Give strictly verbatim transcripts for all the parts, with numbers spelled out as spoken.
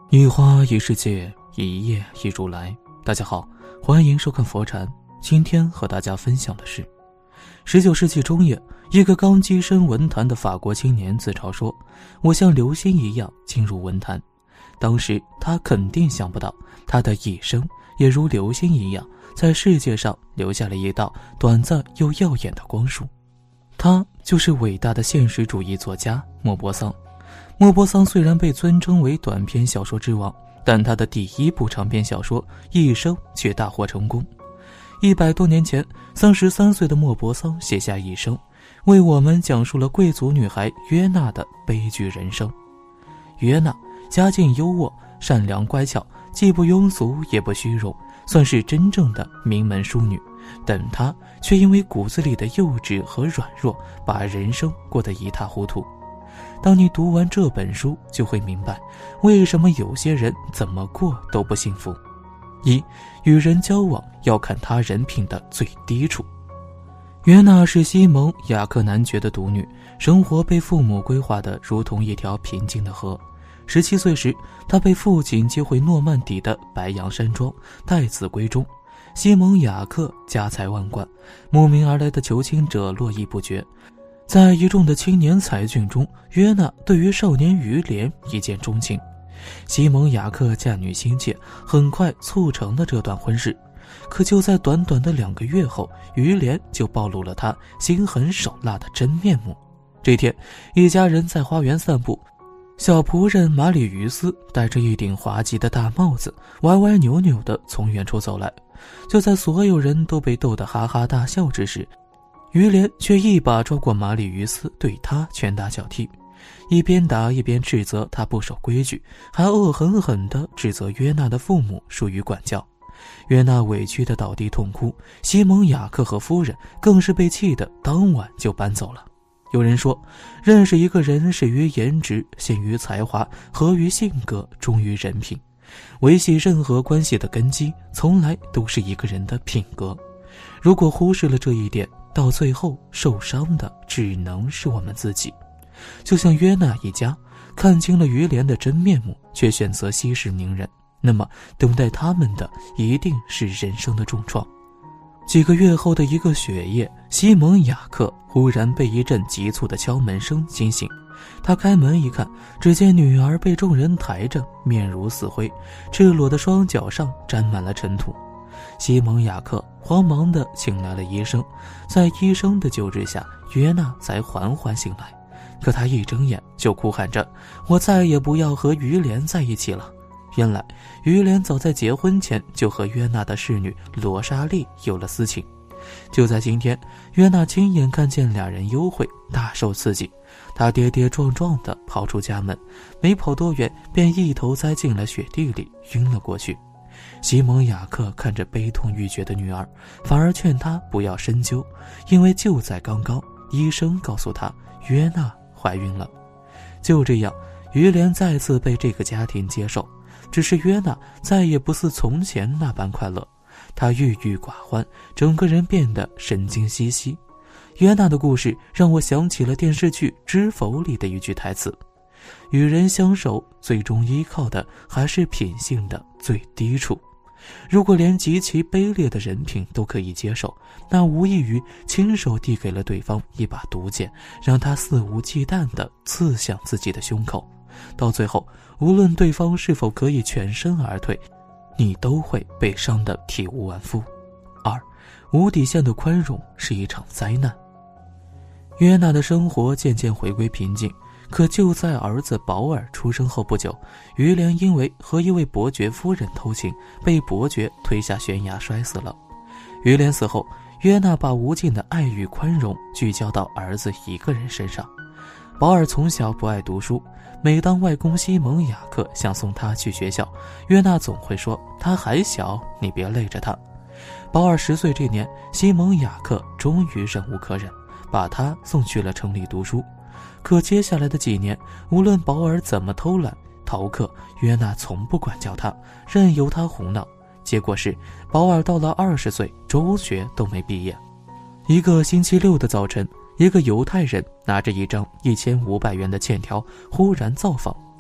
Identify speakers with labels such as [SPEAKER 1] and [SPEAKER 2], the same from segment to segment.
[SPEAKER 1] 一花一世界，一叶一如来。大家好，欢迎收看佛禅。今天和大家分享的是十九世纪中叶，一个刚跻身文坛的法国青年自嘲说，我像流星一样进入文坛。当时他肯定想不到，他的一生也如流星一样在世界上留下了一道短暂又耀眼的光束。他就是伟大的现实主义作家莫泊桑。莫泊桑虽然被尊称为短篇小说之王，但他的第一部长篇小说一生却大获成功。一百多年前，三十三岁的莫泊桑写下一生，为我们讲述了贵族女孩约娜的悲剧人生。约娜家境优渥，善良乖巧，既不庸俗也不虚荣，算是真正的名门淑女，但她却因为骨子里的幼稚和软弱，把人生过得一塌糊涂。当你读完这本书，就会明白为什么有些人怎么过都不幸福。一，与人交往要看他人品的最低处。约娜是西蒙·雅克男爵的独女，生活被父母规划得如同一条平静的河。十七岁时，她被父亲接回诺曼底的白羊山庄，待字闺中。西蒙·雅克家财万贯，慕名而来的求亲者络绎不绝。在一众的青年才俊中，约娜对于少年于连一见钟情。西蒙·雅克嫁女心切，很快促成了这段婚事。可就在短短的两个月后，于连就暴露了他心狠手辣的真面目。这天，一家人在花园散步，小仆人马里于斯戴着一顶滑稽的大帽子，歪歪扭扭地从远处走来。就在所有人都被逗得哈哈大笑之时，于连却一把抓过马里于斯，对他拳打脚踢，一边打一边斥责他不守规矩，还恶狠狠地指责约娜的父母疏于管教。约娜委屈地倒地痛哭，西蒙·雅克和夫人更是被气得当晚就搬走了。有人说，认识一个人始于颜值，陷于才华，合于性格，忠于人品。维系任何关系的根基，从来都是一个人的品格。如果忽视了这一点，到最后受伤的只能是我们自己。就像约娜一家看清了于连的真面目，却选择息事宁人，那么等待他们的一定是人生的重创。几个月后的一个雪夜，西蒙·雅克忽然被一阵急促的敲门声惊醒。他开门一看，只见女儿被众人抬着，面如死灰，赤裸的双脚上沾满了尘土。西蒙·雅克慌忙地请来了医生，在医生的救治下，约娜才缓缓醒来。可她一睁眼就哭喊着，我再也不要和于连在一起了。原来于连早在结婚前就和约娜的侍女罗莎莉有了私情。就在今天，约娜亲眼看见俩人幽会，大受刺激，她跌跌撞撞地跑出家门，没跑多远便一头栽进了雪地里，晕了过去。西蒙·雅克看着悲痛欲绝的女儿，反而劝她不要深究，因为就在刚刚，医生告诉她约娜怀孕了。就这样，于连再次被这个家庭接受，只是约娜再也不似从前那般快乐，她郁郁寡欢，整个人变得神经兮兮。约娜的故事让我想起了电视剧《知否》里的一句台词，与人相守，最终依靠的还是品性的最低处。如果连极其卑劣的人品都可以接受，那无异于亲手递给了对方一把毒箭，让他肆无忌惮地刺向自己的胸口。到最后，无论对方是否可以全身而退，你都会被伤得体无完肤。二，无底线的宽容是一场灾难。约娜的生活渐渐回归平静，可就在儿子保尔出生后不久，于连因为和一位伯爵夫人偷情，被伯爵推下悬崖摔死了。于连死后，约娜把无尽的爱与宽容聚焦到儿子一个人身上。保尔从小不爱读书，每当外公西蒙·雅克想送他去学校，约娜总会说他还小，你别累着他。保尔十岁这年，西蒙·雅克终于忍无可忍，把他送去了城里读书。可接下来的几年，无论保尔怎么偷懒逃课，约娜从不管教他，任由他胡闹。结果是保尔到了二十岁，中学都没毕业。一个星期六的早晨，一个犹太人拿着一张一千五百元的欠条忽然造访，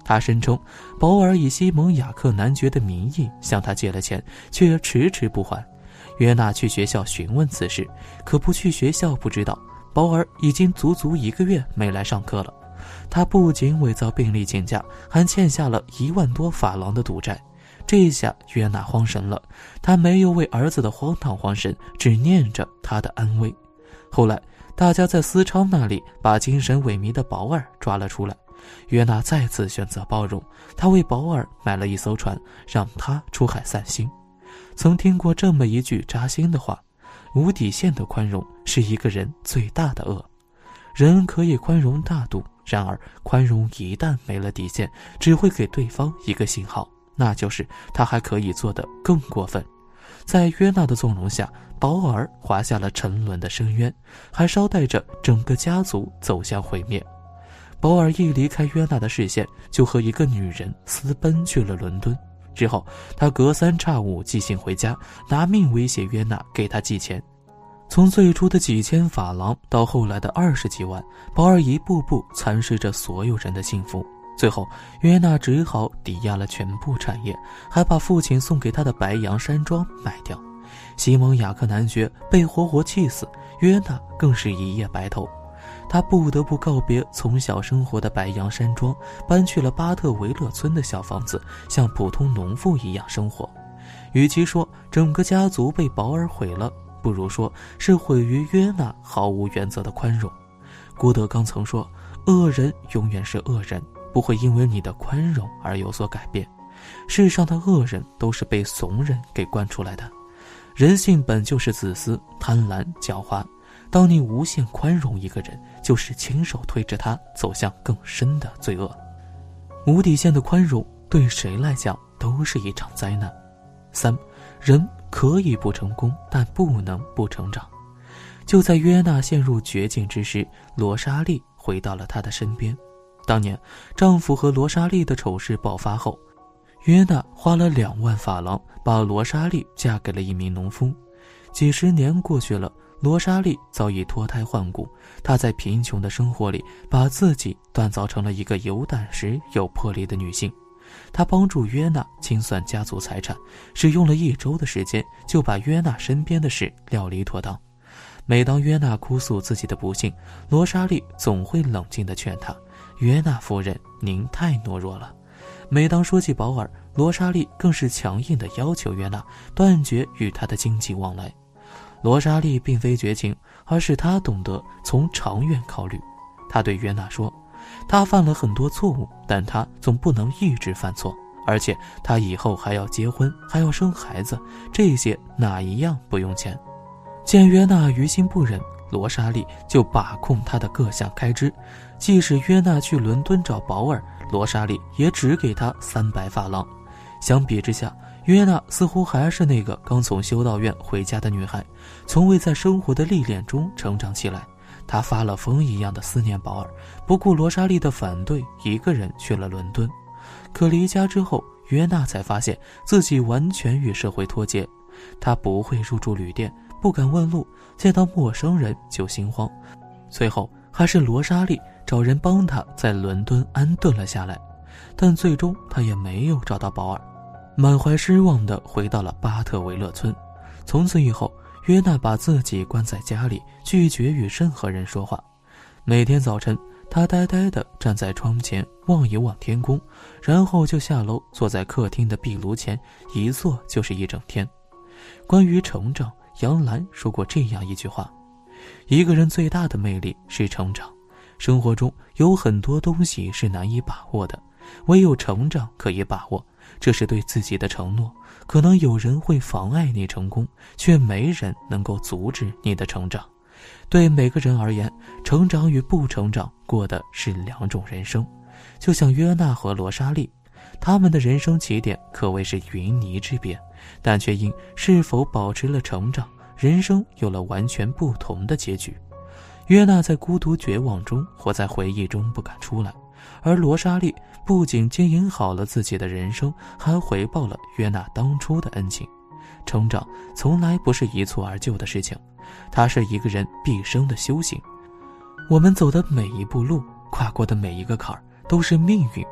[SPEAKER 1] 他声称保尔以西蒙雅克男爵的名义向他借了钱，却迟迟不还。约娜去学校询问此事，可不去学校不知道，保尔已经足足一个月没来上课了。他不仅伪造病历请假，还欠下了一万多法郎的赌债。这下约娜慌神了，他没有为儿子的荒唐慌神，只念着他的安危。后来大家在思昌那里把精神萎靡的保尔抓了出来，约娜再次选择包容，他为保尔买了一艘船，让他出海散心。曾听过这么一句扎心的话，无底线的宽容是一个人最大的恶。人可以宽容大度，然而宽容一旦没了底线，只会给对方一个信号，那就是他还可以做得更过分。在约娜的纵容下，保尔滑下了沉沦的深渊，还捎带着整个家族走向毁灭。保尔一离开约娜的视线，就和一个女人私奔去了伦敦。之后他隔三差五寄信回家，拿命威胁约娜给他寄钱。从最初的几千法郎到后来的二十几万，保尔一步步蚕食着所有人的幸福。最后约娜只好抵押了全部产业，还把父亲送给他的白羊山庄卖掉。西蒙雅克男爵被活活气死，约娜更是一夜白头。他不得不告别从小生活的白羊山庄，搬去了巴特维勒村的小房子，像普通农妇一样生活。与其说整个家族被保尔毁了，不如说是毁于约娜毫无原则的宽容。郭德纲曾说，恶人永远是恶人，不会因为你的宽容而有所改变。世上的恶人都是被怂人给惯出来的。人性本就是自私、贪婪、狡猾，当你无限宽容一个人，就是亲手推着他走向更深的罪恶。无底线的宽容对谁来讲都是一场灾难。三，人可以不成功，但不能不成长。就在约娜陷入绝境之时，罗莎莉回到了她的身边。当年丈夫和罗莎莉的丑事爆发后，约娜花了两万法郎把罗莎莉嫁给了一名农夫。几十年过去了，罗莎莉早已脱胎换骨，她在贫穷的生活里把自己锻造成了一个有胆识有魄力的女性。她帮助约娜清算家族财产，只用了一周的时间就把约娜身边的事料理妥当。每当约娜哭诉自己的不幸，罗莎莉总会冷静地劝她，约娜夫人，您太懦弱了。每当说起保尔，罗莎莉更是强硬地要求约娜断绝与他的经济往来。罗莎莉并非绝情，而是她懂得从长远考虑。她对约娜说，她犯了很多错误，但她总不能一直犯错，而且她以后还要结婚，还要生孩子，这些哪一样不用钱？见约娜于心不忍，罗莎莉就把控她的各项开支。即使约娜去伦敦找保尔，罗莎莉也只给她三百法郎。相比之下，约娜似乎还是那个刚从修道院回家的女孩，从未在生活的历练中成长起来。她发了疯一样的思念保尔，不顾罗莎莉的反对，一个人去了伦敦。可离家之后，约娜才发现自己完全与社会脱节。她不会入住旅店，不敢问路，见到陌生人就心慌。最后还是罗莎莉找人帮她在伦敦安顿了下来，但最终她也没有找到保尔，满怀失望地回到了巴特维勒村。从此以后，约娜把自己关在家里，拒绝与任何人说话。每天早晨，她呆呆地站在窗前望一望天空，然后就下楼坐在客厅的壁炉前，一坐就是一整天。关于成长，杨澜说过这样一句话，一个人最大的魅力是成长。生活中有很多东西是难以把握的，唯有成长可以把握，这是对自己的承诺。可能有人会妨碍你成功，却没人能够阻止你的成长。对每个人而言，成长与不成长过的是两种人生。就像约娜和罗莎莉，他们的人生起点可谓是云泥之别，但却因是否保持了成长，人生有了完全不同的结局。约娜在孤独绝望中活在回忆中不敢出来，而罗莎莉不仅经营好了自己的人生，还回报了约娜当初的恩情。成长从来不是一蹴而就的事情，它是一个人毕生的修行。我们走的每一步路，跨过的每一个坎儿，都是命运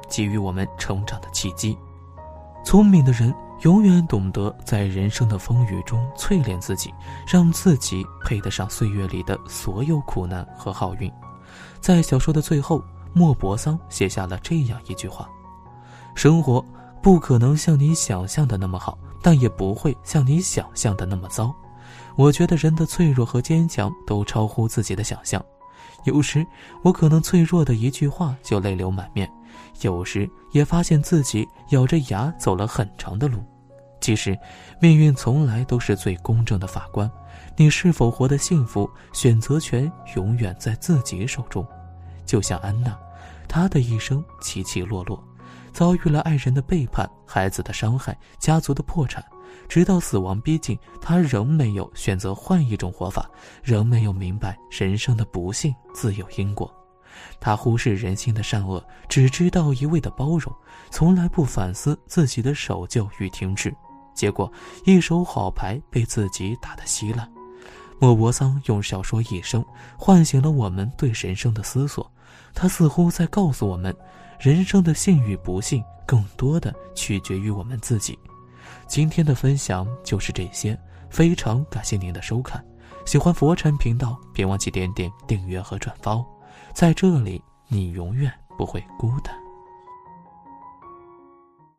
[SPEAKER 1] 给予我们成长的契机。聪明的人永远懂得在人生的风雨中淬炼自己，让自己配得上岁月里的所有苦难和好运。在小说的最后，莫泊桑写下了这样一句话：生活不可能像你想象的那么好，但也不会像你想象的那么糟。我觉得人的脆弱和坚强都超乎自己的想象。有时我可能脆弱的一句话就泪流满面，有时也发现自己咬着牙走了很长的路。其实命运从来都是最公正的法官，你是否活得幸福，选择权永远在自己手中。就像安娜，她的一生起起落落，遭遇了爱人的背叛、孩子的伤害、家族的破产，直到死亡逼近，她仍没有选择换一种活法，仍没有明白人生的不幸自有因果。她忽视人心的善恶，只知道一味的包容，从来不反思自己的守旧与停滞，结果一手好牌被自己打得稀烂。莫泊桑用小说一生唤醒了我们对人生的思索，他似乎在告诉我们，人生的幸与不幸更多的取决于我们自己。今天的分享就是这些，非常感谢您的收看。喜欢佛禅频道，别忘记点点订阅和转发哦。在这里，你永远不会孤单。